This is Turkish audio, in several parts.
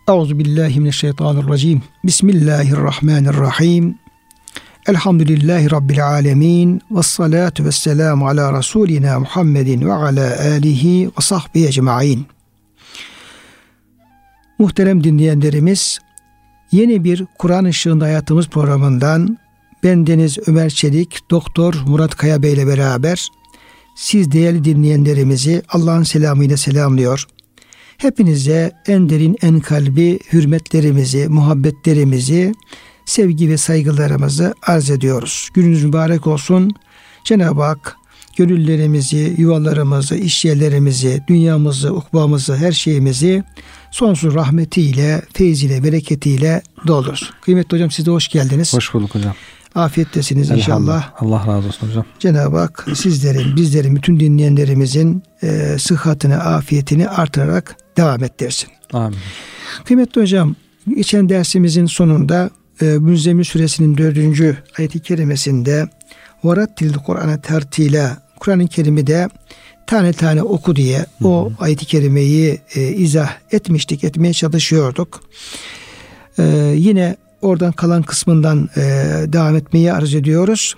Euzubillahimineşşeytanirracim. Bismillahirrahmanirrahim. Elhamdülillahi Rabbil alemin. Vessalatu vesselamu ala Resulina Muhammedin ve ala alihi ve sahbihi ecma'in. Muhterem dinleyenlerimiz, yeni bir Kur'an Işığında Hayatımız programından bendeniz Ömer Çelik, Doktor Murat Kaya Bey ile beraber siz değerli dinleyenlerimizi Allah'ın selamıyla selamlıyor. Hepinize en derin, en kalbi hürmetlerimizi, muhabbetlerimizi, sevgi ve saygılarımızı arz ediyoruz. Gününüz mübarek olsun. Cenab-ı Hak gönüllerimizi, yuvalarımızı, iş yerlerimizi, dünyamızı, ukbamızı, her şeyimizi sonsuz rahmetiyle, feyziyle, bereketiyle doldursun. Kıymetli hocam, siz de hoş geldiniz. Hoş bulduk hocam. Afiyettesiniz inşallah. Allah razı olsun hocam. Cenab-ı Hak sizlerin, bizlerin, bütün dinleyenlerimizin sıhhatini, afiyetini artırarak devam ettirsin. Amin. Kıymetli hocam, geçen dersimizin sonunda Müzzemmil Suresinin 4. ayet-i kerimesinde "Verattil Kur'ane tertila", Kur'an-ı Kerim'i de tane tane oku diye o ayet-i kerimeyi izah etmiştik, etmeye çalışıyorduk. Yine oradan kalan kısmından devam etmeyi arz ediyoruz.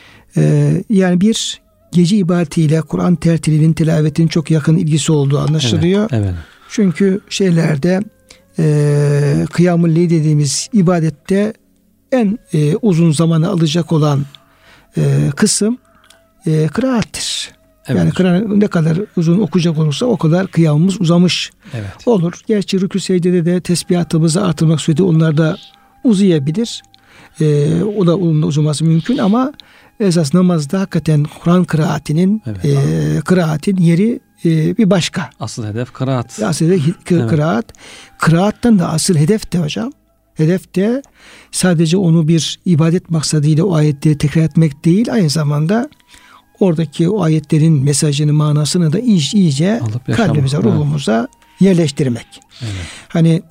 Yani bir gece ibadetiyle Kur'an tertilinin, tilavetinin çok yakın ilgisi olduğu anlaşılıyor. Evet. Çünkü şeylerde Kıyam-ı Leyl dediğimiz ibadette en uzun zamanı alacak olan kısım kıraattir. Evet. Yani Kur'an ne kadar uzun okuyacak olursa o kadar kıyamımız uzamış olur. Gerçi rükû secdede de tesbihatımızı artırmak suretiyle onlar da uzayabilir. O da onun uzaması mümkün ama esas namazda hakikaten Kur'an kıraatinin kıraatin yeri bir başka. Asıl hedef kıraat. Asıl hedef kıraat. Kıraattan da asıl hedef de hocam. Hedef de sadece onu bir ibadet maksadıyla o ayetleri tekrar etmek değil, aynı zamanda oradaki o ayetlerin mesajını, manasını da iyice kalbimize, ruhumuza yerleştirmek. Evet. Hani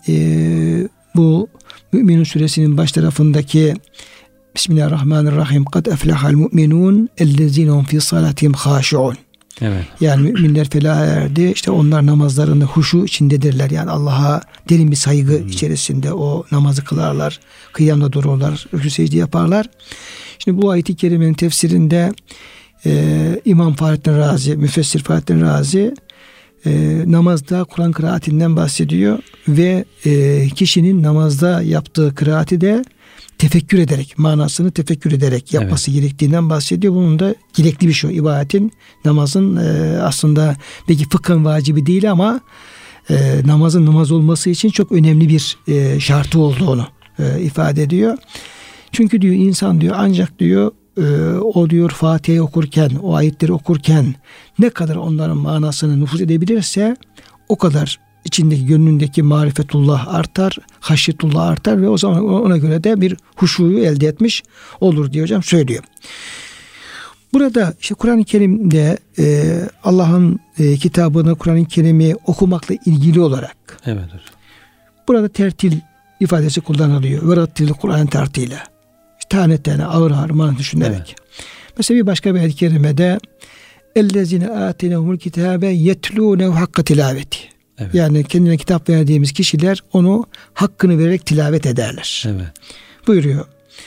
bu Mü'minun suresinin baş tarafındaki Bismillahirrahmanirrahim "Kad eflehal mu'minun ellezinehum fi salatihim haşi'un." Evet. Yani müminler felaha erdi. İşte onlar namazlarında huşu içindedirler. Yani Allah'a derin bir saygı içerisinde o namazı kılarlar. Kıyamda dururlar. Rükû secde yaparlar. Şimdi bu ayet-i kerimenin tefsirinde İmam Fahrettin Razi, müfessir Fahrettin Razi namazda Kur'an kıraatinden bahsediyor ve kişinin namazda yaptığı kıraati de tefekkür ederek, manasını tefekkür ederek yapması gerektiğinden bahsediyor. Bunun da gerekli bir şey. İbadetin, namazın aslında belki fıkhın vacibi değil ama namazın namaz olması için çok önemli bir şartı olduğunu ifade ediyor. Çünkü diyor insan diyor ancak diyor o diyor Fatiha'yı okurken, o ayetleri okurken ne kadar onların manasını nüfuz edebilirse o kadar içindeki, gönlündeki marifetullah artar, haşyetullah artar ve o zaman ona göre de bir huşuyu elde etmiş olur diye hocam söylüyor. Burada işte Kur'an-ı Kerim'de Allah'ın kitabını, Kur'an-ı Kerim'i okumakla ilgili olarak burada tertil ifadesi kullanılıyor. Verattil Kur'an tertile. Tane tane ağır ağır düşünerek. Mesela bir başka bir ayet-i kerimede "Ellezine atinehumul kitabe yetlûnehu hakka tilaveti." Yani kendine kitap verdiğimiz kişiler onu hakkını vererek tilavet ederler. Buyuruyor.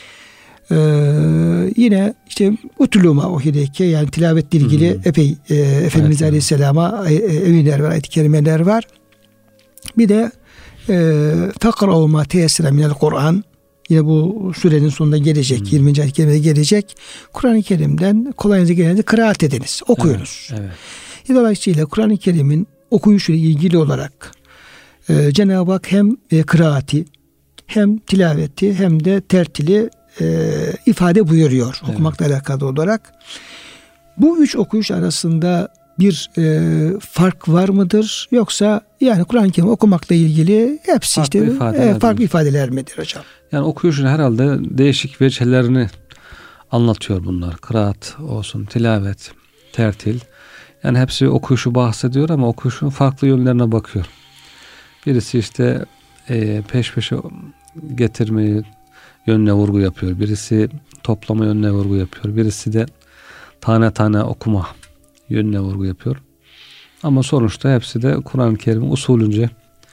Yine işte utluma ohideke, yani tilavetle ilgili epey Efendimiz Aleyhisselam'a emirler var, ayet-i kerimeler var. Bir de "Fekra'u ma teyessere minel Kur'an." Yine bu surenin sonunda gelecek, 20. ayet-i kerimede gelecek. Kur'an-ı Kerim'den kolayınıza geleni kıraat ediniz, okuyunuz. Dolayısıyla Kur'an-ı Kerim'in okuyuşuyla ilgili olarak Cenab-ı Hak hem kıraati, hem tilaveti, hem de tertili ifade buyuruyor okumakla alakalı olarak. Bu üç okuyuş arasında bir fark var mıdır? Yoksa yani Kur'an-ı Kerim okumakla ilgili hepsi farklı ifadeler midir hocam? Yani okuyuşun herhalde değişik veçelerini anlatıyor bunlar. Kıraat olsun, tilavet, tertil. Yani hepsi okuyuşu bahsediyor ama okuyuşun farklı yönlerine bakıyor. Birisi işte peş peşe getirmeyi yönüne vurgu yapıyor. Birisi toplama yönüne vurgu yapıyor. Birisi de tane tane okuma yönüne vurgu yapıyor. Ama sonuçta hepsi de Kur'an-ı Kerim'in usulünce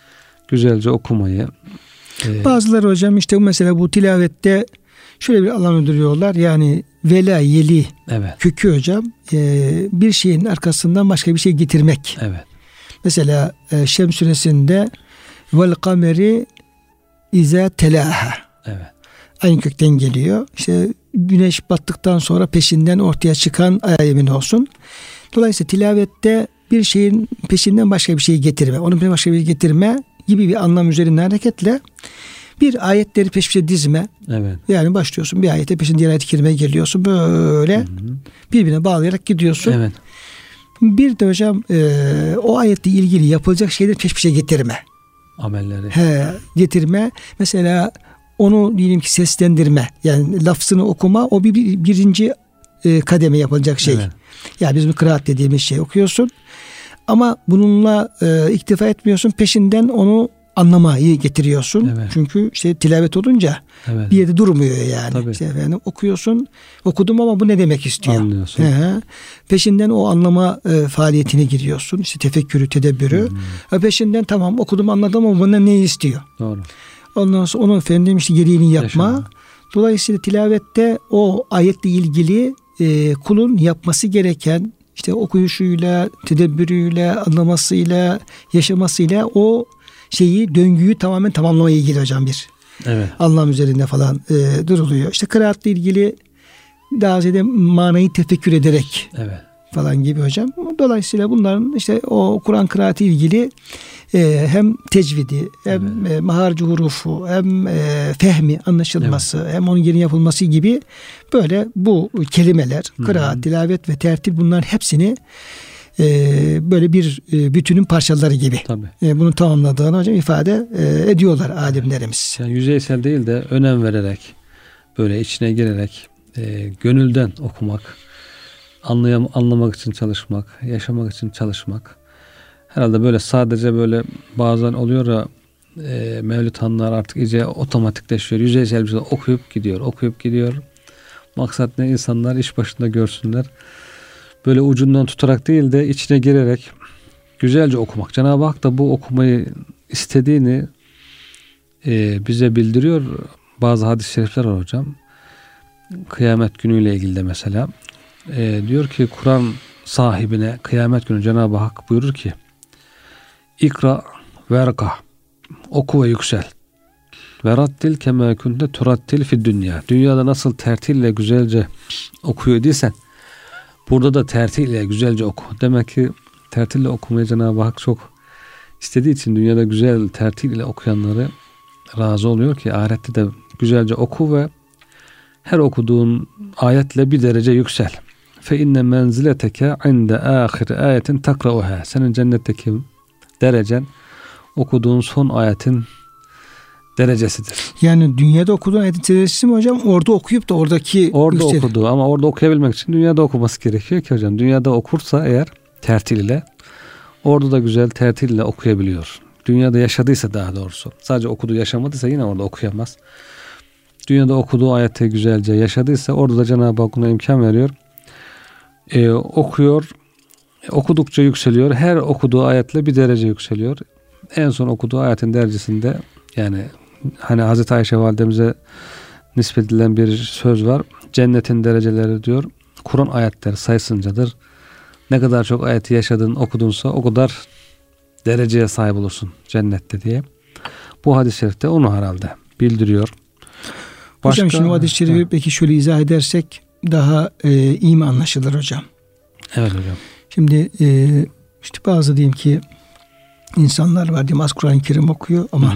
güzelce okumayı. Bazıları hocam işte mesela bu tilavette şöyle bir alan öldürüyorlar. Yani vela yeli kökü hocam bir şeyin arkasından başka bir şey getirmek. Evet. Mesela Şems suresinde vel kameri iza telaha. Evet. Aynı kökten geliyor. İşte güneş battıktan sonra peşinden ortaya çıkan aya yemin olsun. Dolayısıyla tilavette bir şeyin peşinden başka bir şeyi getirme, onun peşinden başka bir şey getirme gibi bir anlam üzerinden hareketle bir ayetleri peş peşe dizme. Evet. Yani başlıyorsun bir ayete peşin diğer ayet-i kerimeye geliyorsun. Böyle birbirine bağlayarak gidiyorsun. Evet. Bir de hocam o ayetle ilgili yapılacak şeyleri peş peşe getirme. Amelleri. Getirme. Mesela onu diyelim ki seslendirme. Yani lafzını okuma o birinci kademe yapılacak şey. Evet. Yani bizim kıraat dediğimiz şey okuyorsun. Ama bununla iktifa etmiyorsun. Peşinden onu anlamayı getiriyorsun. Evet. Çünkü işte tilavet olunca bir yerde durmuyor yani. Tabii. İşte efendim okuyorsun. Okudum ama bu ne demek istiyor? Anlıyorsun. Peşinden o anlama faaliyetine giriyorsun. İşte tefekkürü, tedebbürü. Peşinden tamam okudum anladım ama bundan ne istiyor? Doğru. Ondan sonra onu efendim işte gereğini yapma. Dolayısıyla tilavette o ayetle ilgili kulun yapması gereken işte okuyuşuyla, tedebbürüyle, anlamasıyla, yaşamasıyla o şeyi, döngüyü tamamen tamamlamaya ilgili hocam bir anlam üzerinde falan duruluyor. İşte kıraatla ilgili daha ziyade manayı tefekkür ederek falan gibi hocam. Dolayısıyla bunların işte o Kur'an kıraati ilgili hem tecvidi, hem maharcu hurufu, hem fehmi anlaşılması, hem onun yerine yapılması gibi böyle bu kelimeler, kıraat, tilavet ve tertil bunların hepsini böyle bir bütünün parçaları gibi bunu tamamladığını hocam ifade ediyorlar alimlerimiz. Yani yüzeysel değil de önem vererek, böyle içine girerek, gönülden okumak, anlamak için çalışmak, yaşamak için çalışmak. Herhalde böyle sadece böyle bazen oluyor ya Mevlüt Hanlar artık iyice otomatikleşiyor. Yüzeysel bir şey okuyup gidiyor. Maksat ne? İnsanlar iş başında görsünler. Böyle ucundan tutarak değil de içine girerek güzelce okumak. Cenab-ı Hak da bu okumayı istediğini bize bildiriyor. Bazı hadis-i şerifler var hocam. Kıyamet günüyle ilgili de mesela diyor ki Kur'an sahibine kıyamet günü Cenab-ı Hak buyurur ki İkra verga, oku ve yüksel. Verattil kema kunte turattil fi dünya. Dünyada nasıl tertille güzelce okuyor idiysen burada da tertille güzelce oku. Demek ki tertille okumayı Cenab-ı Hak çok istediği için dünyada güzel tertille okuyanları razı oluyor ki ahirette de güzelce oku ve her okuduğun ayetle bir derece yüksel. Fe inne menzileteke inde ahir ayetin takrauha. Senin cennetteki derecen okuduğun son ayetin derecesidir. Yani dünyada okuduğun ayetin derecesi mi hocam? Orada okuyup da orada okuduğu ama orada okuyabilmek için dünyada okuması gerekiyor ki hocam. Dünyada okursa eğer tertil ile orada da güzel tertil ile okuyabiliyor. Dünyada yaşadıysa daha doğrusu. Sadece okuduğu yaşamadıysa yine orada okuyamaz. Dünyada okuduğu ayeti güzelce yaşadıysa orada da Cenab-ı Hak ona imkan veriyor. Okuyor. Okudukça yükseliyor. Her okuduğu ayetle bir derece yükseliyor. En son okuduğu ayetin derecesinde yani hani Hazreti Ayşe validemize nispet edilen bir söz var. Cennetin dereceleri diyor Kur'an ayetleri sayısıncadır. Ne kadar çok ayeti yaşadın okudunsa o kadar dereceye sahip olursun cennette diye. Bu hadis-i şerifte onu herhalde bildiriyor. Hocam şimdi o hadis-i şerifi peki şöyle izah edersek daha iyi mi anlaşılır hocam? Evet hocam. Şimdi işte bazı diyelim ki insanlar var diyelim az Kur'an-ı Kerim okuyor ama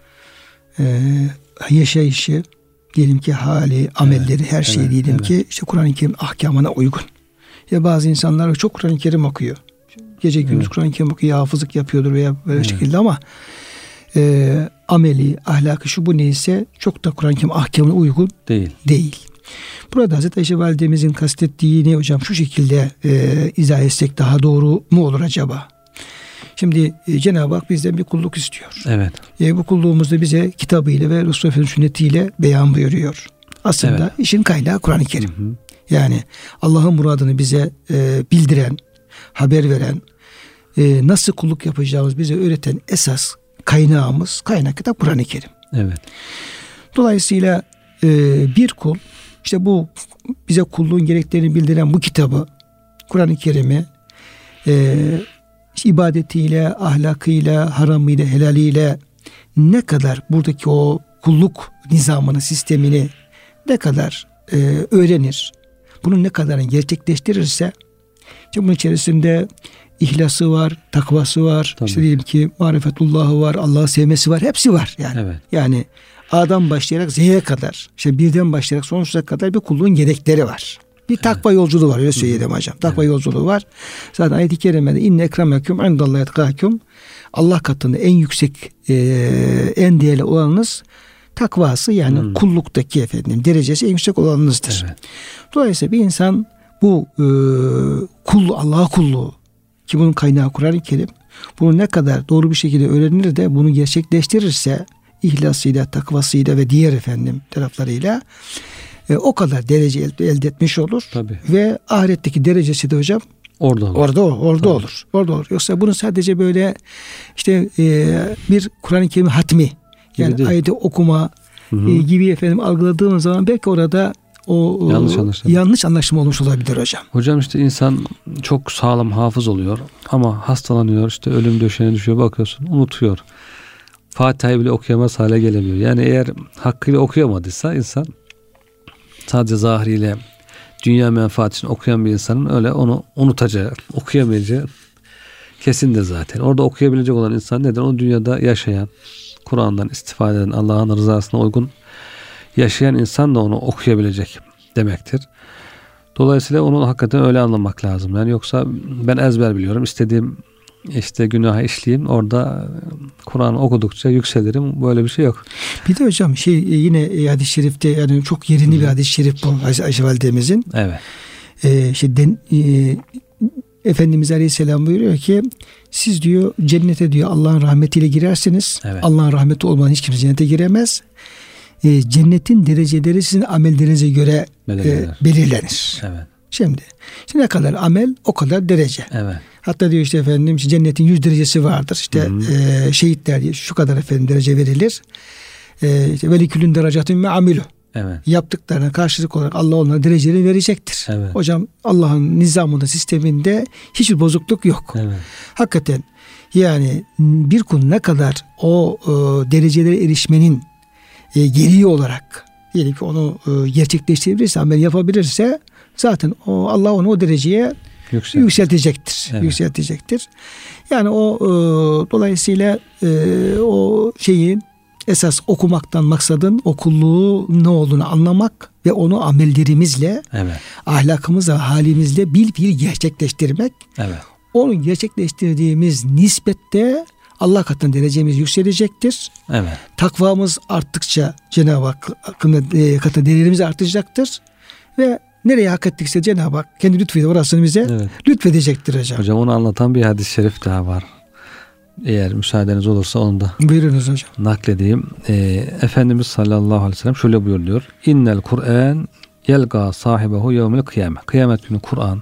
yaşayışı diyelim ki hali, amelleri her şey diyelim ki işte Kur'an-ı Kerim ahkamına uygun. Ya bazı insanlar çok Kur'an-ı Kerim okuyor. Gece gündüz Kur'an-ı Kerim okuyor, hafızlık yapıyordur veya böyle şekilde ama ameli, ahlakı şu bu neyse çok da Kur'an-ı Kerim ahkamına uygun değil. Burada Hazreti Ayşe validemizin kastettiğini hocam şu şekilde izah etsek daha doğru mu olur acaba? Şimdi Cenab-ı Hak bizden bir kulluk istiyor. Evet. Bu kulluğumuzda bize kitabıyla ve Resulullah Efendimiz sünnetiyle beyan buyuruyor. Aslında işin kaynağı Kur'an-ı Kerim. Hı hı. Yani Allah'ın muradını bize bildiren, haber veren, nasıl kulluk yapacağımız bize öğreten esas kaynağımız, kaynak kitap Kur'an-ı Kerim. Evet. Dolayısıyla bir kul işte bu bize kulluğun gereklerini bildiren bu kitabı, Kur'an-ı Kerim'i ibadetiyle, ahlakıyla, haramıyla, helaliyle ne kadar buradaki o kulluk nizamını, sistemini ne kadar öğrenir, bunun ne kadarını gerçekleştirirse, işte bunun içerisinde ihlası var, takvası var, Tabii. işte diyelim ki marifetullahı var, Allah'ı sevmesi var, hepsi var yani. Evet. Yani A'dan başlayarak Z'ye kadar, işte birden başlayarak sonsuza kadar bir kulluğun gerekleri var. Bir takva yolculuğu var, öyle söyleyelim hocam. Takva yolculuğu var. Zaten ayet-i kerimede inne ekremeküm indallahi etkâküm, Allah katında en yüksek, en değerli olanınız takvası, yani kulluktaki derecesi en yüksek olanınızdır. Evet. Dolayısıyla bir insan bu Allah'a kulluğu, ki bunun kaynağı Kur'an-ı Kerim, bunu ne kadar doğru bir şekilde öğrenir de bunu gerçekleştirirse, ihlasıyla, takvasıyla ve diğer taraflarıyla o kadar derece elde etmiş olur. Tabii. Ve ahiretteki derecesi de hocam Orada olur. Orada olur. Orada olur. Yoksa bunu sadece böyle işte bir Kur'an-ı Kerim hatmi, yani ayeti okuma gibi algıladığımız zaman belki orada o yanlış anlaşılma olmuş olabilir hocam. Hocam işte insan çok sağlam hafız oluyor ama hastalanıyor, işte ölüm döşeğine düşüyor, bakıyorsun unutuyor. Fatiha'yı bile okuyamaz hale gelemiyor. Yani eğer hakkıyla okuyamadıysa insan, sadece zahiriyle dünya menfaati için okuyan bir insanın öyle onu unutacağı, okuyamayacağı kesin de zaten. Orada okuyabilecek olan insan neden? O dünyada yaşayan, Kur'an'dan istifade eden, Allah'ın rızasına uygun yaşayan insan da onu okuyabilecek demektir. Dolayısıyla onu hakikaten öyle anlamak lazım. Yani yoksa ben ezber biliyorum, istediğim işte günah işleyeyim, orada Kur'an okudukça yükselirim. Böyle bir şey yok. Bir de hocam yine hadis-i şerifte, yani çok yerinde bir hadis-i şerif bu Ayşe validemizin. Evet. Efendimiz Aleyhisselam buyuruyor ki, siz diyor cennete diyor Allah'ın rahmetiyle girersiniz. Evet. Allah'ın rahmeti olmadan hiç kimse cennete giremez. Cennetin dereceleri sizin amellerinize göre belirlenir. Evet. Şimdi ne kadar amel o kadar derece. Evet. Hatta diyor işte efendim cennetin 100 derecesi vardır. İşte şehitler diye şu kadar derece verilir. Ve likülün derecatun me amilu. Evet. Yaptıklarına karşılık olarak Allah onlara dereceleri verecektir. Evet. Hocam Allah'ın nizamında, sisteminde hiçbir bozukluk yok. Evet. Hakikaten yani bir kul ne kadar o derecelere erişmenin gereği olarak diyelim ki onu gerçekleştirebilirse, amel yapabilirse, zaten Allah onu o dereceye yükseltecektir. Evet. Yükseltecektir. Yani o dolayısıyla o şeyi esas okumaktan maksadın o kulluğu ne olduğunu anlamak ve onu amellerimizle, ahlakımızla, halimizle bil gerçekleştirmek. Evet. Onu gerçekleştirdiğimiz nispette Allah katında derecemiz yükselecektir. Evet. Takvamız arttıkça Cenab-ı Hak katında değerimiz artacaktır ve nereye hak ettikse Cenab-ı Hak kendi lütfuyla orasını bize lütfedecektir hocam. Hocam onu anlatan bir hadis-i şerif daha var. Eğer müsaadeniz olursa onu da buyurunuz hocam. Nakledeyim. Efendimiz sallallahu aleyhi ve sellem şöyle buyuruyor. İnnel Kur'an yelga sahibehu yevmil kıyame. Kıyamet günü Kur'an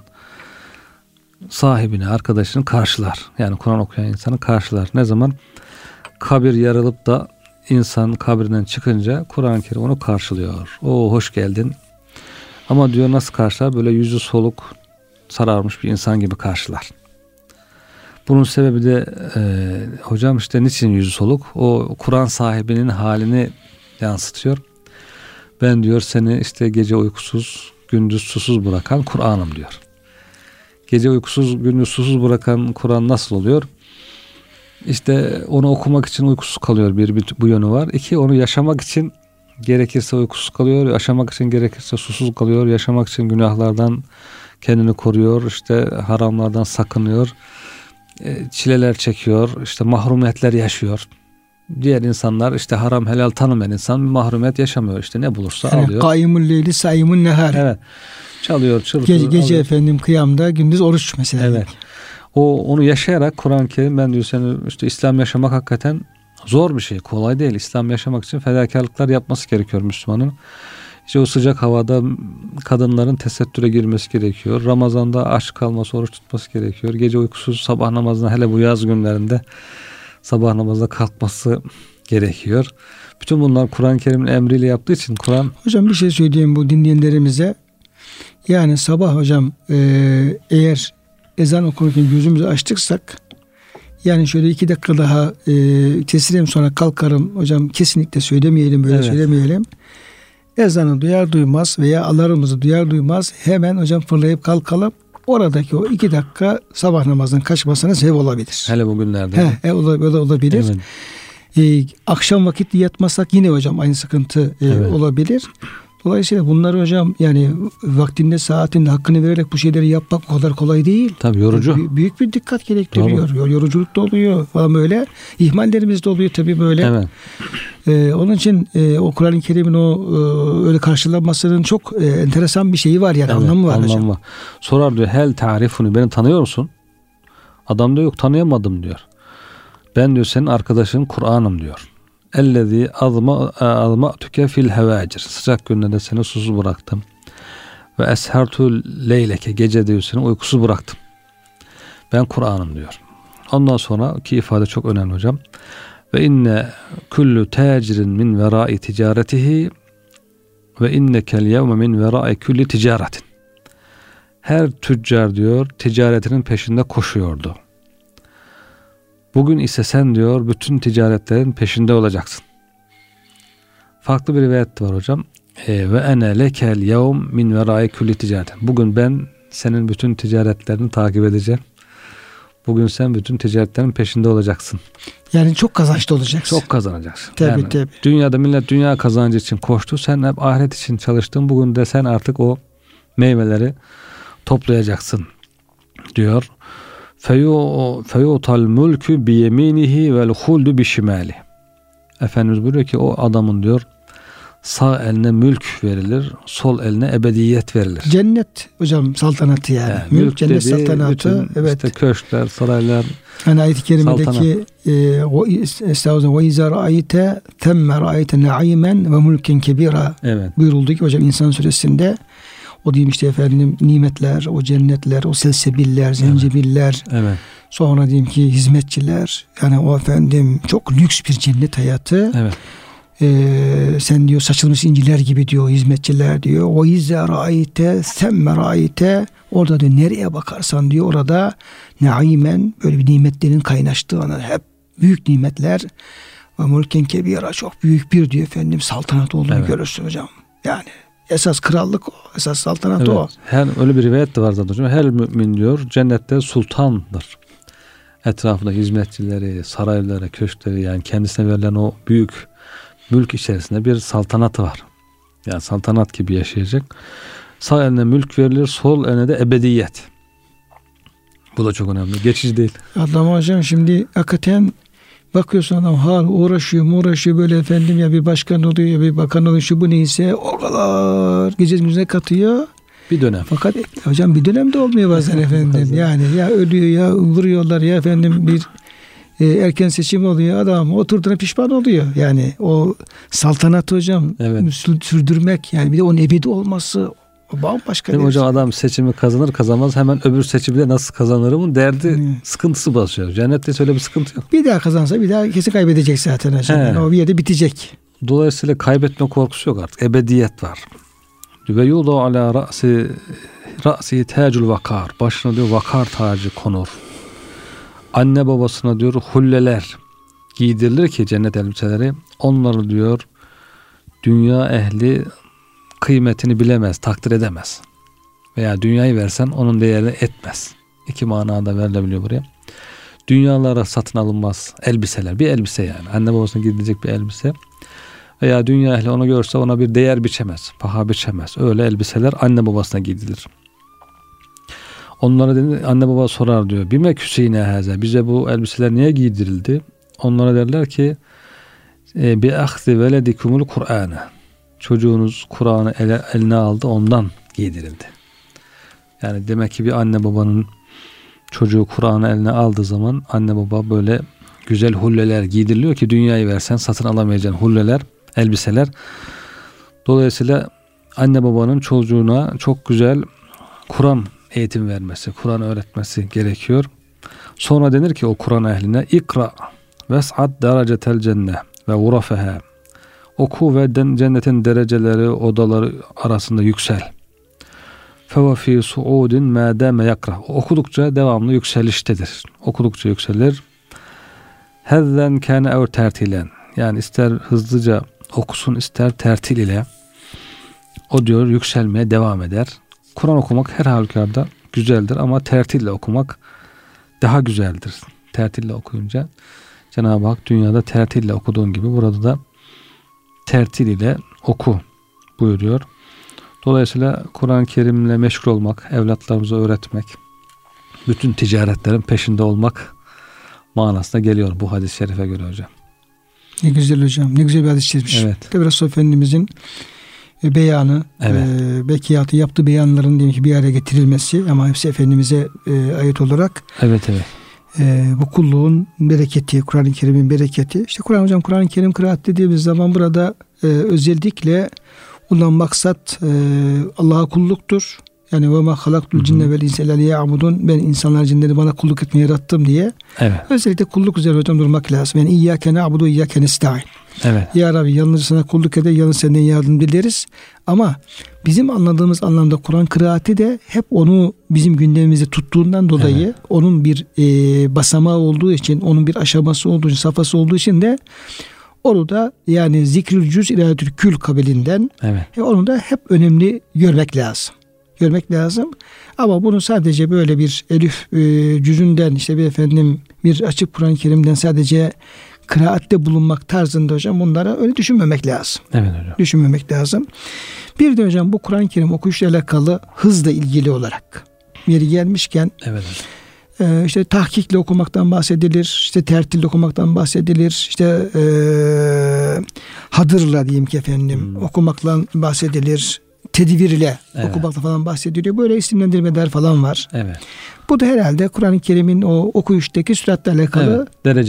sahibini, arkadaşını karşılar. Yani Kur'an okuyan insanı karşılar. Ne zaman? Kabir yarılıp da insan kabrinden çıkınca Kur'an-ı Kerim onu karşılıyor. Hoş geldin. Ama diyor nasıl karşılar? Böyle yüzü soluk, sararmış bir insan gibi karşılar. Bunun sebebi de hocam işte niçin yüzü soluk? O Kur'an sahibinin halini yansıtıyor. Ben diyor seni işte gece uykusuz, gündüz susuz bırakan Kur'an'ım diyor. Gece uykusuz, gündüz susuz bırakan Kur'an nasıl oluyor? İşte onu okumak için uykusuz kalıyor, bu yönü var. 2, onu yaşamak için gerekirse uykusuz kalıyor, yaşamak için gerekirse susuz kalıyor, yaşamak için günahlardan kendini koruyor, işte haramlardan sakınıyor, çileler çekiyor, işte mahrumiyetler yaşıyor. Diğer insanlar işte haram helal tanımayan insan bir mahrumiyet yaşamıyor, işte ne bulursa alıyor. Kaimul leyli saimun nehar. Evet. Çalıyor, çırpıyor. Gece efendim kıyamda, gündüz oruç mesela. Evet. Onu yaşayarak Kur'an-ı Kerim, ben diyor seni işte İslam yaşamak hakikaten zor bir şey. Kolay değil. İslam yaşamak için fedakarlıklar yapması gerekiyor Müslümanın. İşte o sıcak havada kadınların tesettüre girmesi gerekiyor. Ramazan'da aç kalması, oruç tutması gerekiyor. Gece uykusuz sabah namazına, hele bu yaz günlerinde sabah namazına kalkması gerekiyor. Bütün bunlar Kur'an-ı Kerim'in emriyle yaptığı için Kur'an... Hocam bir şey söyleyeyim bu dinleyenlerimize. Yani sabah hocam eğer ezan okunurken gözümüzü açtıksak, yani şöyle 2 dakika daha teslim sonra kalkarım hocam, kesinlikle söylemeyelim, böyle söylemeyelim. Ezanı duyar duymaz veya alarmımızı duyar duymaz hemen hocam fırlayıp kalkalım. Oradaki o 2 dakika sabah namazının kaçmasına sebep olabilir. Hele bugünlerde. Olabilir. Evet. Akşam vakitli yatmasak yine hocam aynı sıkıntı olabilir. Dolayısıyla bunları hocam yani vaktinde saatinde hakkını vererek bu şeyleri yapmak o kadar kolay değil. Tabii yorucu. Büyük bir dikkat gerektiriyor. Yoruculuk da oluyor falan böyle. İhmallerimiz de oluyor tabii böyle. Evet. Onun için o Kur'an-ı Kerim'in öyle karşılanmasının çok enteresan bir şeyi var yani, anlamı var hocam. Var. Sorar diyor, hel tarifuni, beni tanıyor musun? Adam diyor, yok tanıyamadım diyor. Ben diyor senin arkadaşın Kur'an'ım diyor. Ellezî azma'tuke fil hevâcir. Sıcak günlerde seni susuz bıraktım. Ve eshertu leyleke. Gece diyor seni uykusuz bıraktım. Ben Kur'an'ım diyor. Ondan sonra ki ifade çok önemli hocam. Ve inne kullu tacirin min verai ticaretihi ve innekel yevme min verai kulli ticaretin. Her tüccar diyor ticaretinin peşinde koşuyordu. Bugün ise sen diyor bütün ticaretlerin peşinde olacaksın. Farklı bir rivayet var hocam. Ve ene lekel yevm min verai kulli ticaretin. Bugün ben senin bütün ticaretlerini takip edeceğim. Bugün sen bütün ticaretlerin peşinde olacaksın. Yani çok kazançlı olacaksın. Çok kazanacaksın. Tabii tabii. Dünyada millet dünya kazancı için koştu. Sen hep ahiret için çalıştın. Bugün de sen artık o meyveleri toplayacaksın diyor. Feyutal mülkü bi yeminihi vel huldu bi şimali. Efendimiz buyuruyor ki o adamın diyor sağ eline mülk verilir, sol eline ebediyet verilir. Cennet hocam saltanatı yani. Mülk cennet saltanatı. Evet. İşte köşkler, saraylar. Yani ayet-i kerimedeki ve izâ ra'ayte temme ra'ayte na'imen ve mulken kebira buyuruldu ki hocam İnsan suresinde. O diyeyim işte efendim nimetler, o cennetler, o selsebiller, zencebiller. Evet. Sonra diyeyim ki hizmetçiler. Yani o efendim çok lüks bir cennet hayatı. Evet. Sen diyor saçılmış inciler gibi diyor hizmetçiler diyor. O izâ râite semme râite, orada diyor nereye bakarsan diyor orada naimen, böyle bir nimetlerin kaynaştığını, hep büyük nimetler ve mulken kebira, çok büyük bir diyor efendim saltanat olduğunu görürsün hocam. Yani esas krallık o, esas saltanat o. Öyle bir rivayet de var zaten hocam. Her mümin diyor cennette sultandır. Etrafında hizmetçileri, sarayları, köşkleri, yani kendisine verilen o büyük mülk içerisinde bir saltanatı var. Yani saltanat gibi yaşayacak. Sağ eline mülk verilir, sol eline de ebediyet. Bu da çok önemli. Geçici değil. Adam hocam şimdi hakikaten bakıyorsun adam uğraşıyor böyle efendim, ya bir başkan oluyor ya bir bakan oluyor, şu bu neyse o kadar gece güne katıyor. Bir dönem. Fakat hocam bir dönem de olmuyor bazen efendim. Yani ya ölüyor ya vuruyorlar ya efendim bir erken seçim oluyor, adam oturduğuna pişman oluyor. Yani o saltanatı hocam sürdürmek, yani bir de onun ebedi olması bambaşka. Değil mi hocam, adam seçimi kazanır kazanmaz hemen öbür seçimde nasıl kazanırımın derdi, sıkıntısı basıyor. Cennette öyle bir sıkıntı yok. Bir daha kazansa bir daha kesin kaybedecek zaten hocam. Yani o bir yerde bitecek. Dolayısıyla kaybetme korkusu yok artık. Ebediyet var. Ve yudu ala ra'si tacul vakar. Başına diyor vakar tacı konur. Anne babasına diyor hulleler giydirilir ki cennet elbiseleri. Onları diyor dünya ehli kıymetini bilemez, takdir edemez. Veya dünyayı versen onun değerini etmez. İki manada verilebiliyor buraya. Dünyalara satın alınmaz elbiseler. Bir elbise yani. Anne babasına gidilecek bir elbise. Veya dünya ehli onu görse ona bir değer biçemez. Paha biçemez. Öyle elbiseler anne babasına gidilir. Onlara denir, anne baba sorar diyor. Bime küseyne haza. Bize bu elbiseler niye giydirildi? Onlara derler ki bi ahzi veledikumul Kur'an'ı. Çocuğunuz Kur'an'ı eline aldı, ondan giydirildi. Yani demek ki bir anne babanın çocuğu Kur'an'ı eline aldığı zaman anne baba böyle güzel hulleler giydiriliyor ki dünyayı versen satın alamayacağın hulleler, elbiseler. Dolayısıyla anne babanın çocuğuna çok güzel Kur'an eğitim vermesi, Kur'an öğretmesi gerekiyor. Sonra denir ki o Kur'an ehline ikra Ves'ad derecetel cennet ve gurafeha. Oku ve cennetin dereceleri, odaları arasında yüksel. Fe fi suudin ma dame yakra. Okudukça devamlı yükseliştedir. Okudukça yükselir. Hezzen kana ev tertilen. Yani ister hızlıca okusun, ister tertil ile o diyor yükselmeye devam eder. Kur'an okumak her halükarda güzeldir ama tertille okumak daha güzeldir. Tertille okuyunca Cenab-ı Hak dünyada tertille okuduğun gibi burada da tertil ile oku buyuruyor. Dolayısıyla Kur'an-ı Kerim'le meşgul olmak, evlatlarımıza öğretmek, bütün ticaretlerin peşinde olmak manasına geliyor bu hadis-i şerife göre hocam. Ne güzel hocam. Ne güzel bir hadis-i şerifmiş. Evet. Resulullah Efendimizin beyanı, evet. Bekiyatı yaptığı beyanların diyelim ki bir araya getirilmesi ama hepsi Efendimiz'e ait olarak. Evet evet. Bu kulluğun bereketi, Kur'an-ı Kerim'in bereketi. İşte Kur'an-ı Kerim kıraat dediğimiz zaman burada özellikle bundan maksat Allah'a kulluktur. Yani ve ma halaktul cinne vel insa illa liya'budun. Ben insanlar cinleri bana kulluk etmeye yarattım diye. Evet. Özellikle kulluk üzerine hocam durmak lazım. Yani İyyâke na'budu İyyâke nesta'in. Evet. Ya Rabbi yalnız sana kulluk eder, yalnız senden yardım dileriz. Ama bizim anladığımız anlamda Kur'an kıraati de hep onu bizim gündemimizde tuttuğundan dolayı evet. Onun bir basamağı olduğu için, onun bir aşaması olduğu için, safhası olduğu için de onu da yani zikrül cüz iradetül kül kabilinden evet. Onu da hep önemli görmek lazım. Ama bunu sadece böyle bir elif cüzünden işte bir açık Kur'an-ı Kerim'den sadece kıraatte bulunmak tarzında hocam bunlara öyle düşünmemek lazım. Evet hocam. Düşünmemek lazım. Bir de hocam bu Kur'an-ı Kerim okuyuşla alakalı hızla ilgili olarak yeri gelmişken evet. İşte tahkikle okumaktan bahsedilir, işte tertille okumaktan bahsedilir, işte hadırla diyeyim ki okumaktan bahsedilir, tedvirle okumakla falan bahsediliyor. Böyle isimlendirmeler falan var. Evet. Bu da herhalde Kur'an-ı Kerim'in o okuyuştaki süratle alakalı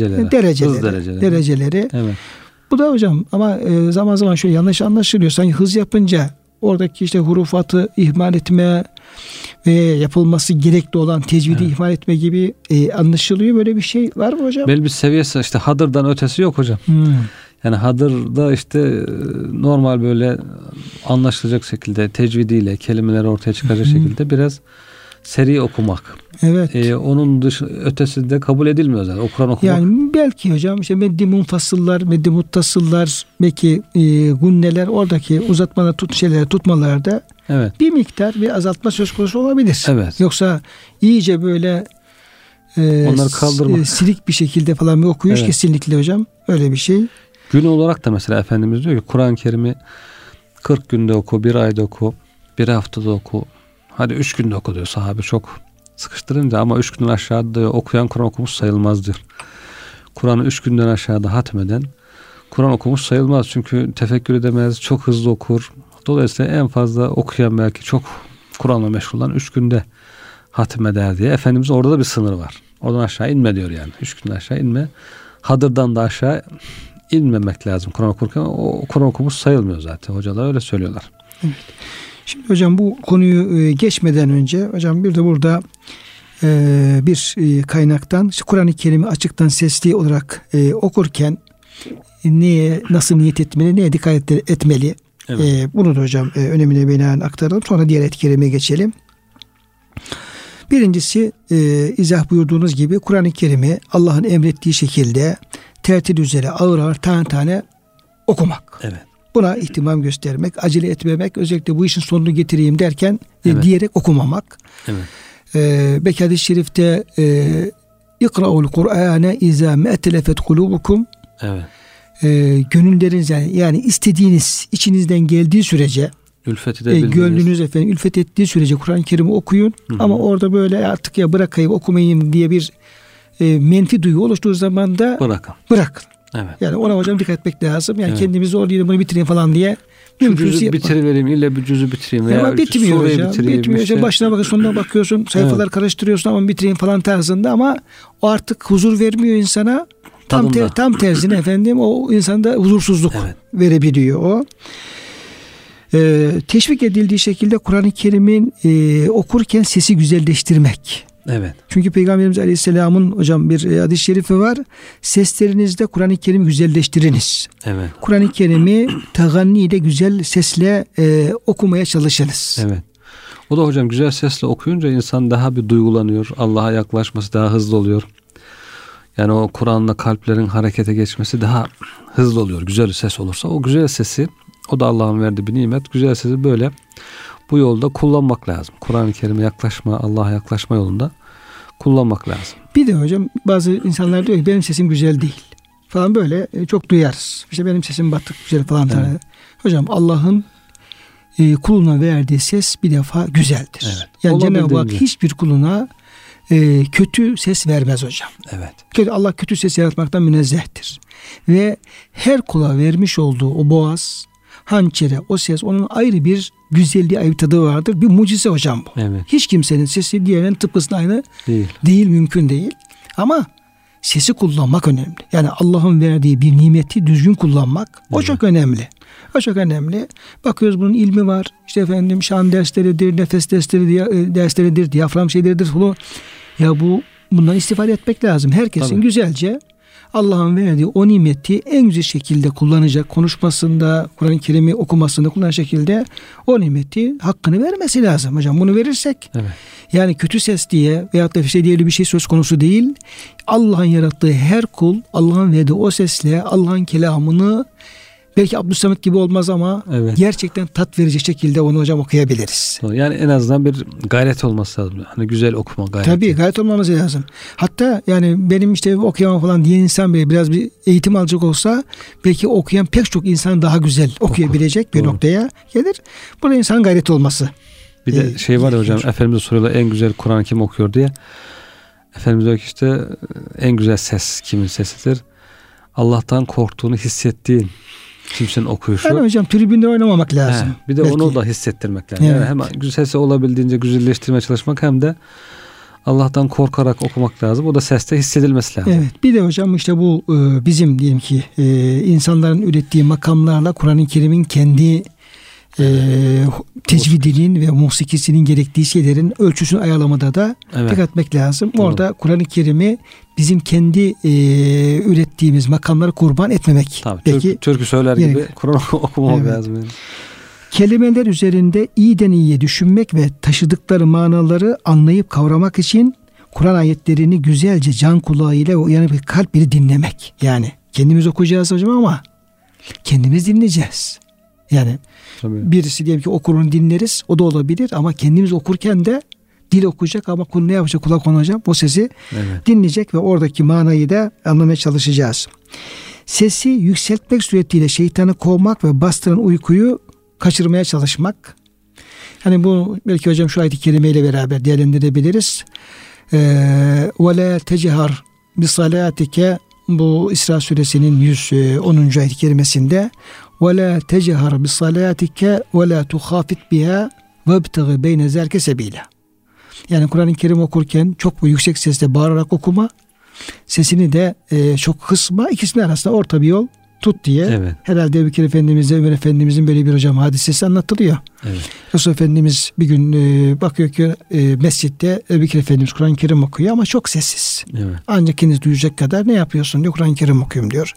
dereceleri. Evet. Bu da hocam ama zaman zaman şöyle yanlış anlaşılıyor. Sanki hız yapınca oradaki işte hurufatı ihmal etme ve yapılması gerekli olan tecvidi ihmal etme gibi anlaşılıyor. Böyle bir şey var mı hocam? Belli bir seviyesi işte hadırdan ötesi yok hocam. Yani hadırda işte normal böyle anlaşılacak şekilde tecvidiyle kelimeleri ortaya çıkacak şekilde biraz seri okumak. Evet. Onun ötesi de kabul edilmiyor zaten. O Kur'an okumak. Yani belki hocam işte meddi munfasıllar, meddi muttasıllar, belki gunneler oradaki uzatmalar tutmalarda evet. bir miktar bir azaltma söz konusu olabilir. Evet. Yoksa iyice böyle onları kaldırmak. Silik bir şekilde falan bir okuyuş evet. Kesinlikle hocam öyle bir şey. Gün olarak da mesela Efendimiz diyor ki Kur'an-ı Kerim'i 40 günde oku, bir ayda oku, bir haftada oku. Hadi 3 günde oku diyor sahabe çok sıkıştırınca ama 3 günden aşağıda okuyan Kur'an okumuş sayılmaz diyor. Kur'an'ı 3 günden aşağıda hatmeden Kur'an okumuş sayılmaz. Çünkü tefekkür edemez, çok hızlı okur. Dolayısıyla en fazla okuyan belki çok Kur'an'la meşgul olan 3 günde hatmeder diye. Efendimiz orada da bir sınır var. Oradan aşağı inme diyor yani. 3 günden aşağı inme. Hadırdan da aşağı inmemek lazım Kur'an okurken. O Kur'an okumuş sayılmıyor zaten. Hocalar öyle söylüyorlar. Evet. Şimdi hocam bu konuyu geçmeden önce hocam bir de burada bir kaynaktan işte Kur'an-ı Kerim'i açıktan sesli olarak okurken neye nasıl niyet etmeli, neye dikkat etmeli? Evet. Bunu da hocam önemine binaen aktaralım. Sonra diğer ayet-i kerimeye geçelim. Birincisi izah buyurduğunuz gibi Kur'an-ı Kerim'i Allah'ın emrettiği şekilde tertil üzere ağır ağır tane tane okumak. Evet. Buna ihtimam göstermek, acele etmemek, özellikle bu işin sonunu getireyim derken evet. Diyerek okumamak. Evet. Belki hadis-i şerifte İkra'ul Kur'ane izâ me'telefet kulubukum. Evet. Gönülleriniz yani istediğiniz içinizden geldiği sürece gönlünüz ülfet ettiği sürece Kur'an-ı Kerim'i okuyun. Hı-hı. Ama orada böyle artık ya bırakayım okumayayım diye bir menfi duygu oluştuğu zaman da bırakın. Evet. Yani ona hocam dikkat etmek lazım. Yani kendimizi zorlayalım bunu bitireyim falan diye. Şu cüzü bitirivereyim, illa bir cüzü bitireyim. Ama bitmiyor hocam. Bitmiyor. İşte. Başına bakıyorsun, sonuna bakıyorsun. Sayfalar karıştırıyorsun ama bitireyim falan tarzında ama o artık huzur vermiyor insana. Tam tersine efendim o insanda huzursuzluk verebiliyor o. Teşvik edildiği şekilde Kur'an-ı Kerim'in okurken sesi güzelleştirmek. Evet. Çünkü Peygamberimiz Aleyhisselam'ın hocam bir hadis-i şerifi var. Seslerinizde Kur'an-ı Kerim'i güzelleştiriniz. Evet. Kur'an-ı Kerim'i teganni ile güzel sesle okumaya çalışınız. Evet. O da hocam güzel sesle okuyunca insan daha bir duygulanıyor. Allah'a yaklaşması daha hızlı oluyor. Yani o Kur'an'la kalplerin harekete geçmesi daha hızlı oluyor. Güzel ses olursa o güzel sesi, o da Allah'ın verdiği bir nimet. Güzel sesi böyle bu yolda kullanmak lazım. Kur'an-ı Kerim'e yaklaşma, Allah'a yaklaşma yolunda kullanmak lazım. Bir de hocam bazı insanlar diyor ki benim sesim güzel değil falan, böyle çok duyarız. İşte benim sesim batık güzel falan. Evet. Hocam Allah'ın kuluna verdiği ses bir defa güzeldir. Evet. Yani Cenab-ı Hak hiçbir kuluna kötü ses vermez hocam. Evet. Allah kötü ses yaratmaktan münezzehtir. Ve her kula vermiş olduğu o boğaz, hançere, o ses, onun ayrı bir güzelliği, ayrı bir tadı vardır. Bir mucize hocam bu. Evet. Hiç kimsenin sesi diğerinin tıpkısına aynı değil, mümkün değil. Ama sesi kullanmak önemli. Yani Allah'ın verdiği bir nimeti düzgün kullanmak, o çok önemli. O çok önemli. Bakıyoruz bunun ilmi var. İşte efendim şan dersleridir, nefes dersleridir, diyafram şeyleridir falan. Ya bundan istifade etmek lazım. Herkesin güzelce Allah'ın verdiği o nimeti en güzel şekilde kullanacak, konuşmasında, Kur'an-ı Kerim'i okumasında kullanacak şekilde o nimeti hakkını vermesi lazım hocam. Bunu verirsek yani kötü ses diye veyahut da diğerli bir şey söz konusu değil. Allah'ın yarattığı her kul Allah'ın verdiği o sesle Allah'ın kelamını belki Abdülsamet gibi olmaz ama gerçekten tat verecek şekilde onu hocam okuyabiliriz. Yani en azından bir gayret olması lazım. Hani güzel okuma gayreti. Tabii gayret olmamız lazım. Hatta yani benim işte okuyamam falan diyen insan bile biraz bir eğitim alacak olsa belki okuyan pek çok insan daha güzel okuyabilecek bir noktaya gelir. Burada insanın gayreti olması. Bir de şey var ya hocam, Efendimiz soruyorlar en güzel Kur'an kim okuyor diye. Efendimiz diyor ki işte en güzel ses kimin sesidir? Allah'tan korktuğunu hissettiğin kimsenin okuyuşu. Yani hocam tribünde oynamamak lazım. Bir de belki onu da hissettirmek lazım. Evet. Yani hem sesi olabildiğince güzelleştirmeye çalışmak hem de Allah'tan korkarak okumak lazım. O da seste hissedilmesi lazım. Evet. Bir de hocam işte bu bizim diyelim ki insanların ürettiği makamlarla Kur'an-ı Kerim'in kendi tecvidinin ve musikisinin gerektiği şeylerin ölçüsünü ayarlamada da dikkat etmek lazım. Orada Kur'an-ı Kerim'i bizim kendi ürettiğimiz makamları kurban etmemek. Tabii, belki türkü söyler gibi Kur'an okumamak lazım. Yani. Kelimeler üzerinde iyiden iyiye düşünmek ve taşıdıkları manaları anlayıp kavramak için Kur'an ayetlerini güzelce can kulağıyla ve uyanık bir kalp ile dinlemek. Yani kendimiz okuyacağız hocam ama kendimiz dinleyeceğiz. Yani birisi diyelim ki okurunu dinleriz, o da olabilir ama kendimiz okurken de dil okuyacak ama kul ne yapacak? Kulak konacak, o sesi dinleyecek ve oradaki manayı da anlamaya çalışacağız. Sesi yükseltmek suretiyle şeytanı kovmak ve bastıran uykuyu kaçırmaya çalışmak. Hani bu belki hocam şu ayet-i kerimeyle beraber değerlendirebiliriz. Ve la tecehar bi salatike, bu İsra suresinin 110. ayet-i kerimesinde ve la tecehar bi salatike ve la tuhafit biha vebtagi beyne zerke sebila. Yani Kur'an-ı Kerim okurken çok yüksek sesle bağırarak okuma, sesini de çok kısma, ikisinin arasında orta bir yol tut diye. Herhalde Ebu Bekir Efendimiz'e, Ömer Efendimiz'in böyle bir hocam hadisesi anlatılıyor. Resul Efendimiz bir gün bakıyor ki mescitte Ebu Bekir Efendimiz Kur'an-ı Kerim okuyor ama çok sessiz. Ancak kendiniz duyacak kadar ne yapıyorsun diyor, Kur'an-ı Kerim okuyorum diyor.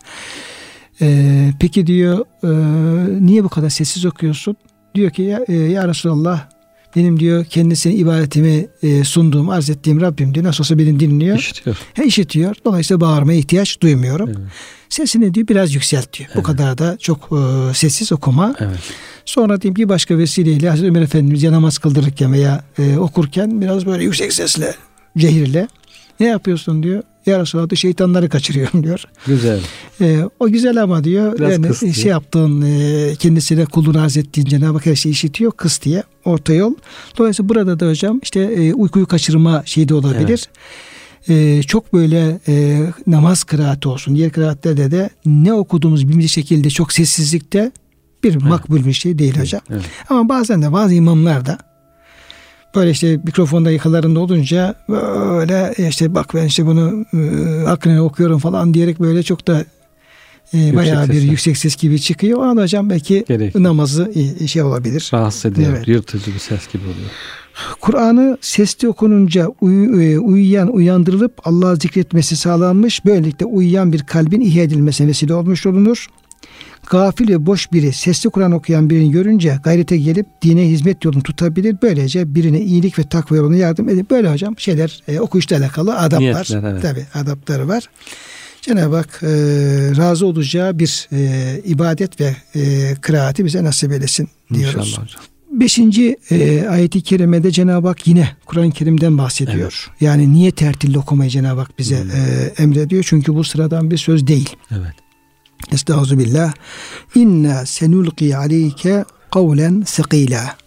Peki diyor niye bu kadar sessiz okuyorsun? Diyor ki ya Resulallah, benim diyor kendisine ibadetimi sunduğum, arz ettiğim Rabbim diyor, nasıl olsa beni dinliyor. İşitiyor. Dolayısıyla bağırmaya ihtiyaç duymuyorum. Sesini diyor biraz yükseltiyor. Bu kadar da çok sessiz okuma. Sonra diyeyim ki başka vesileyle Hazreti Ömer Efendimiz ya namaz kıldırırken veya okurken biraz böyle yüksek sesle, cehirle ne yapıyorsun diyor. Ya Resulallah şeytanları kaçırıyorum diyor. Güzel. O güzel ama diyor biraz yani şey yaptığın kendisine kulluğunu arz ettiğin Cenab-ı Hak her şeyi işitiyor. Kıs diye orta yol. Dolayısıyla burada da hocam işte uykuyu kaçırma şeyi de olabilir. Çok böyle namaz kıraati olsun. Diğer kıraatlerde de ne okuduğumuz bildiği şekilde çok sessizlikte bir makbul bir şey değil hocam. Ama bazen de bazı imamlar da böyle işte mikrofonda yakalarında olunca böyle işte bak ben işte bunu hakkını okuyorum falan diyerek böyle çok da bayağı bir yüksek ses gibi çıkıyor. O an hocam belki namazı şey olabilir. Rahatsız ediyor. Evet. Yırtıcı bir ses gibi oluyor. Kur'an'ı sesli okununca uyuyan uyandırılıp Allah'ı zikretmesi sağlanmış. Böylelikle uyuyan bir kalbin ihya edilmesine vesile olmuş olunur. Gafil ve boş biri sesli Kur'an okuyan birini görünce gayrete gelip dine hizmet yolunu tutabilir. Böylece birine iyilik ve takva yoluna yardım edip böyle hocam şeyler okuyuşla alakalı adaplar. Niyetler, evet. Tabii adapları var. Cenab-ı Hak razı olacağı bir ibadet ve kıraati bize nasip eylesin diyoruz. İnşallah hocam. 5. ayet-i kerimede Cenab-ı Hak yine Kur'an-ı Kerim'den bahsediyor. Evet. Yani niye tertille okumayı Cenab-ı Hak bize emrediyor? Çünkü bu sıradan bir söz değil. Evet. Estağfirullah. İnna senulqi aleyke kavlen sekila.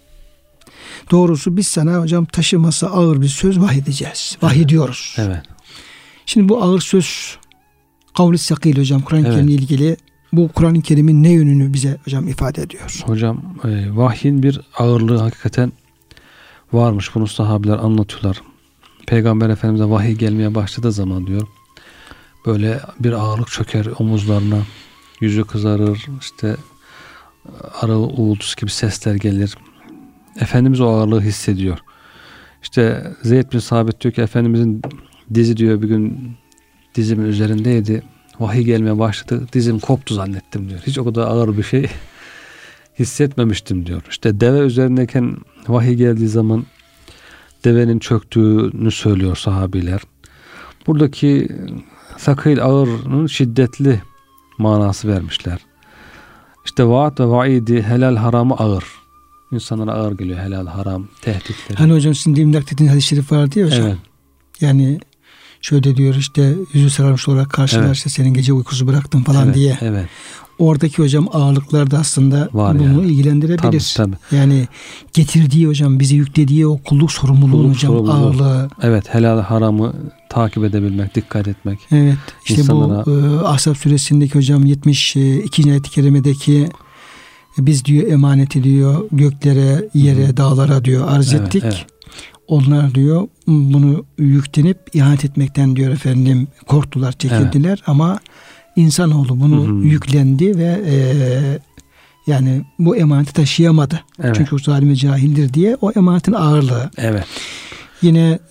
Doğrusu biz sana hocam taşıması ağır bir söz vahyedeceğiz. Vahyediyoruz. Evet. Şimdi bu ağır söz kavli sekil hocam Kur'an-ı Evet. Kerim'le ilgili bu Kur'an-ı Kerim'in ne yönünü bize hocam ifade ediyor? Hocam vahyin bir ağırlığı hakikaten varmış. Bunu sahabeler anlatıyorlar. Peygamber Efendimiz'e vahiy gelmeye başladığı zaman diyor böyle bir ağırlık çöker omuzlarına, yüzü kızarır, işte arı uğultusu gibi sesler gelir. Efendimiz o ağırlığı hissediyor. İşte Zeyd bin Sabit diyor ki Efendimizin dizi diyor bir gün dizimin üzerindeydi. Vahiy gelmeye başladı. Dizim koptu zannettim diyor. Hiç o kadar ağır bir şey hissetmemiştim diyor. İşte deve üzerindeyken vahiy geldiği zaman devenin çöktüğünü söylüyor sahabiler. Buradaki sakil ağırın şiddetli manası vermişler. İşte vaat ve vaidi helal haramı ağır. İnsanlara ağır geliyor helal haram tehditleri. Hani hocam sizin demin dediğiniz hadis-i şerif vardı ya hocam. Evet. Yani şöyle diyor işte yüzü sararmış olarak karşılar evet. işte senin gece uykusu bıraktım falan evet, diye. Evet. Oradaki hocam ağırlıklar da aslında var bunu yani ilgilendirebilir. Tabii. Yani getirdiği hocam bize yüklediği o kulluk sorumluluğu hocam ağırlığı. Evet helal haramı takip edebilmek, dikkat etmek. Evet. İşte insanlara... bu Ahzab suresindeki hocam 72. ayet-i kerimedeki biz diyor emaneti diyor göklere, yere, dağlara diyor arz ettik. Evet. Onlar diyor bunu yüklenip ihanet etmekten diyor efendim korktular, çekindiler evet. ama insanoğlu bunu yüklendi ve yani bu emaneti taşıyamadı. Evet. Çünkü o zalim ve cahildir diye o emanetin ağırlığı. Evet. Yine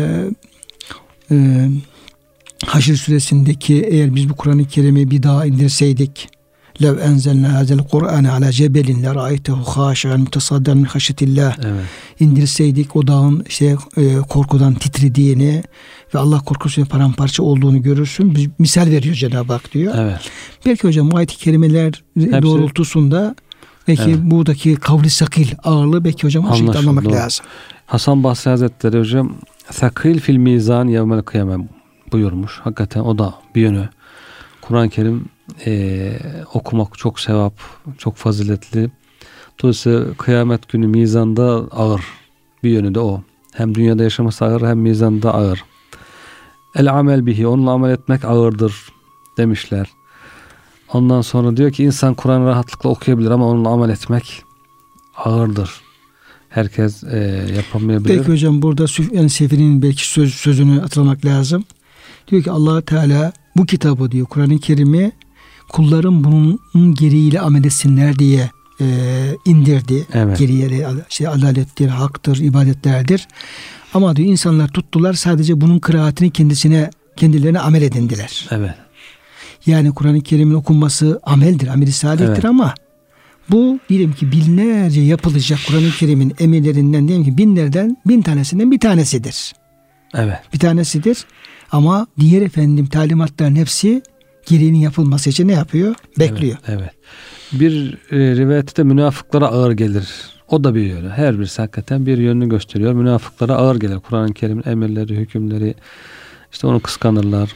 Haşr suresindeki eğer biz bu Kur'an-ı Kerim'i bir daha indirseydik lev enzelna hazel Kur'ane ala cebelin le ra'aytehu khâşi'an mutasaddian min haşyetillah. İndirseydik o dağın işte korkudan titrediğini ve Allah korkusuyla paramparça olduğunu görürsün. Bir misal veriyor Cenab-ı Hak diyor. Evet. Belki hocam ayet-i kerimeler doğrultusunda belki evet. buradaki kavli sakil ağırlığı belki hocam o şekilde anlamak lazım. Hasan Basri Hazretleri hocam sakil fil mizan yevmel kıyame buyurmuş. Hakikaten o da bir yönü. Kur'an-ı Kerim okumak çok sevap, çok faziletli. Dolayısıyla kıyamet günü mizanda ağır. Bir yönü de o. Hem dünyada yaşaması ağır hem mizanda ağır. El amel bihi, onunla amel etmek ağırdır demişler. Ondan sonra diyor ki insan Kur'an'ı rahatlıkla okuyabilir ama onunla amel etmek ağırdır. Herkes yapamayabilir. Belki hocam burada Süfyan Seferi'nin belki sözünü hatırlamak lazım. Diyor ki Allah Teala bu kitabı diyor Kur'an-ı Kerim'i kulların bunun gereğiyle amel etsinler diye indirdi. Evet. Geriye de adalettir, haktır, ibadetlerdir. Ama diyor insanlar tuttular sadece bunun kıraatini kendilerine amel edindiler. Evet. Yani Kur'an-ı Kerim'in okunması ameldir, amel-i salihtir evet. ama bu diyelim ki binlerce yapılacak Kur'an-ı Kerim'in emirlerinden diyelim ki binlerden 1000 tanesinden bir tanesidir. Evet. Bir tanesidir. Ama diğer efendim talimatların hepsi gereğinin yapılması için ne yapıyor? Bekliyor. Evet. Evet. Bir rivayette de münafıklara ağır gelir. O da bir yönü. Her birisi hakikaten bir yönünü gösteriyor. Münafıklara ağır gelir. Kur'an-ı Kerim'in emirleri, hükümleri işte onu kıskanırlar.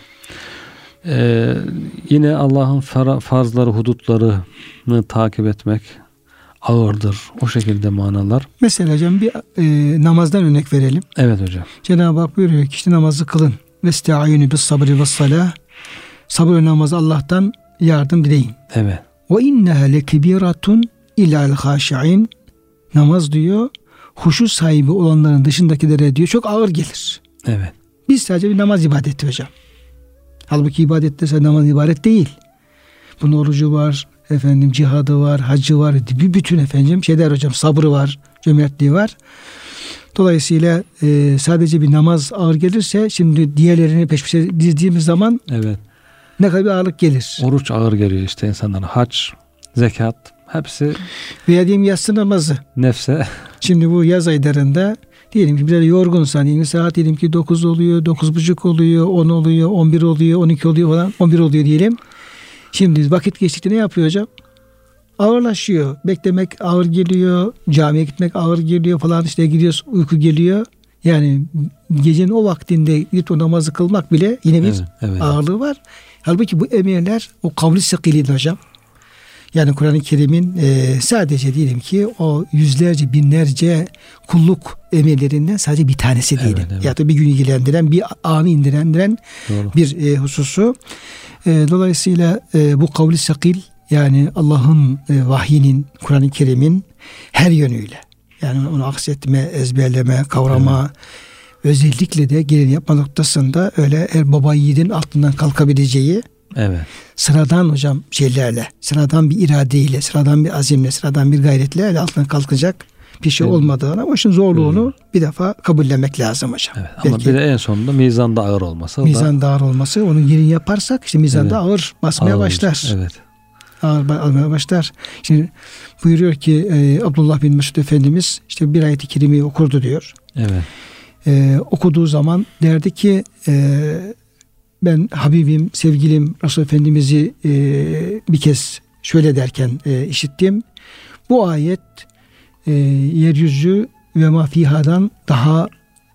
Yine Allah'ın farzları, hudutlarını takip etmek ağırdır. O şekilde manalar. Mesela hocam bir namazdan örnek verelim. Evet hocam. Cenab-ı Hak buyuruyor ki işte namazı kılın. Vesta'inu bis sabri ve salah. Sabır ve namazı Allah'tan yardım dileyin. Evet. Ve inneha lekebiratun ilal haşi'in. Namaz diyor huşu sahibi olanların dışındakilere diyor çok ağır gelir. Evet. Biz sadece bir namaz ibadeti hocam. Halbuki ibadette namaz ibadet değil. Bunun orucu var, efendim cihadı var, hacı var, bir bütün efendim şeyler hocam, sabrı var, cömertliği var. Dolayısıyla sadece bir namaz ağır gelirse, şimdi diğerlerini peş peşe dizdiğimiz zaman evet, ne kadar bir ağırlık gelir. Oruç ağır geliyor işte insanlara. Hac, zekat, hepsi veya diyeyim yatsı namazı. Nefse. Şimdi bu yaz aylarında diyelim ki biraz yorgunsan, diyelim saat diyelim ki 9 oluyor, 9.30 oluyor, 10 oluyor, 11 oluyor, 12 oluyor falan, 11 oluyor diyelim. Şimdi vakit geçtikçe ne yapıyor hocam? Ağırlaşıyor. Beklemek ağır geliyor, camiye gitmek ağır geliyor falan, işte gidiyoruz, uyku geliyor. Yani gecenin o vaktinde gidip o namazı kılmak bile yine bir ağırlığı var. Halbuki bu emirler o kavli sakiliydi hocam. Yani Kur'an-ı Kerim'in sadece diyelim ki o yüzlerce, binlerce kulluk emirlerinden sadece bir tanesi diyelim. Evet. Ya da bir gün ilgilendiren, bir anı indiren bir hususu. Dolayısıyla bu kavli sakil, yani Allah'ın vahyinin, Kur'an-ı Kerim'in her yönüyle, yani onu aksetme, ezberleme, kavrama, özellikle de gelin yapma noktasında öyle her baba yiğidin altından kalkabileceği, sıradan hocam şeylerle, sıradan bir iradeyle, sıradan bir azimle, sıradan bir gayretle altından kalkacak bir şey olmadığını, o işin zorluğunu bir defa kabullenmek lazım hocam. Evet, ama belki bir de en sonunda mizanda ağır olması. Mizanda ağır olması, onun yerini yaparsak işte mizanda ağır basmaya başlar. Evet. Ağır almaya başlar. Şimdi buyuruyor ki Abdullah bin Mesud Efendimiz işte bir ayet-i kerimeyi okurdu diyor. Evet. Okuduğu zaman derdi ki ben Habibim, sevgilim Resul Efendimiz'i bir kez şöyle derken işittim. Bu ayet yeryüzü ve mafihadan daha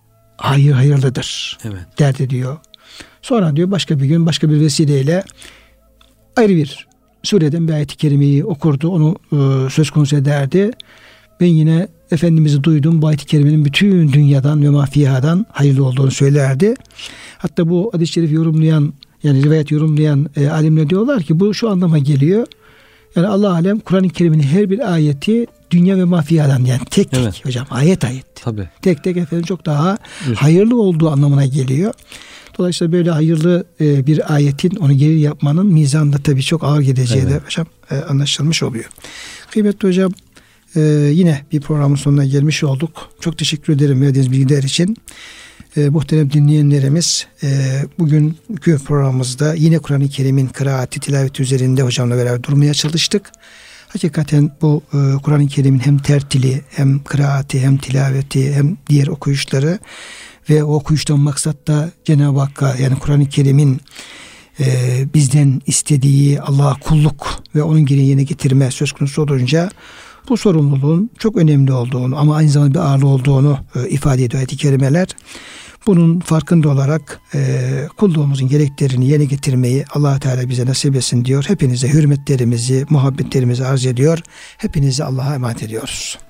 hayırlıdır derdi diyor. Sonra diyor başka bir gün başka bir vesileyle ayrı bir sureden bir ayet-i kerimeyi okurdu. Onu söz konusu ederdi. Ben yine Efendimiz'i duydum. Bu ayet-i kerimenin bütün dünyadan ve mafihadan hayırlı olduğunu söylerdi. Hatta bu hadis-i şerif yorumlayan, yani rivayet yorumlayan alimler diyorlar ki bu şu anlama geliyor. Yani Allah alem Kur'an-ı Kerim'in her bir ayeti dünya ve mafiyadan, yani tek tek hocam, ayet. Tabii. Tek tek efendim çok daha hayırlı olduğu anlamına geliyor. Dolayısıyla böyle hayırlı bir ayetin onu geri yapmanın mizanda tabii çok ağır geleceği de hocam anlaşılmış oluyor. Kıymetli hocam, yine bir programın sonuna gelmiş olduk. Çok teşekkür ederim verdiğiniz bilgiler için. Muhterem dinleyenlerimiz, bugünkü programımızda yine Kur'an-ı Kerim'in kıraati, tilaveti üzerinde hocamla beraber durmaya çalıştık. Hakikaten bu Kur'an-ı Kerim'in hem tertili, hem kıraati, hem tilaveti, hem diğer okuyuşları ve o okuyuştan maksat da Cenab-ı Hakk'a, yani Kur'an-ı Kerim'in bizden istediği Allah'a kulluk ve onun gereğini yerine getirme söz konusu olunca bu sorumluluğun çok önemli olduğunu ama aynı zamanda bir ağırlığı olduğunu ifade ediyor ayet-i kerimeler. Bunun farkında olarak kulluğumuzun gereklerini yerine getirmeyi Allah Teala bize nasip etsin diyor. Hepinize hürmetlerimizi, muhabbetlerimizi arz ediyor. Hepinizi Allah'a emanet ediyoruz.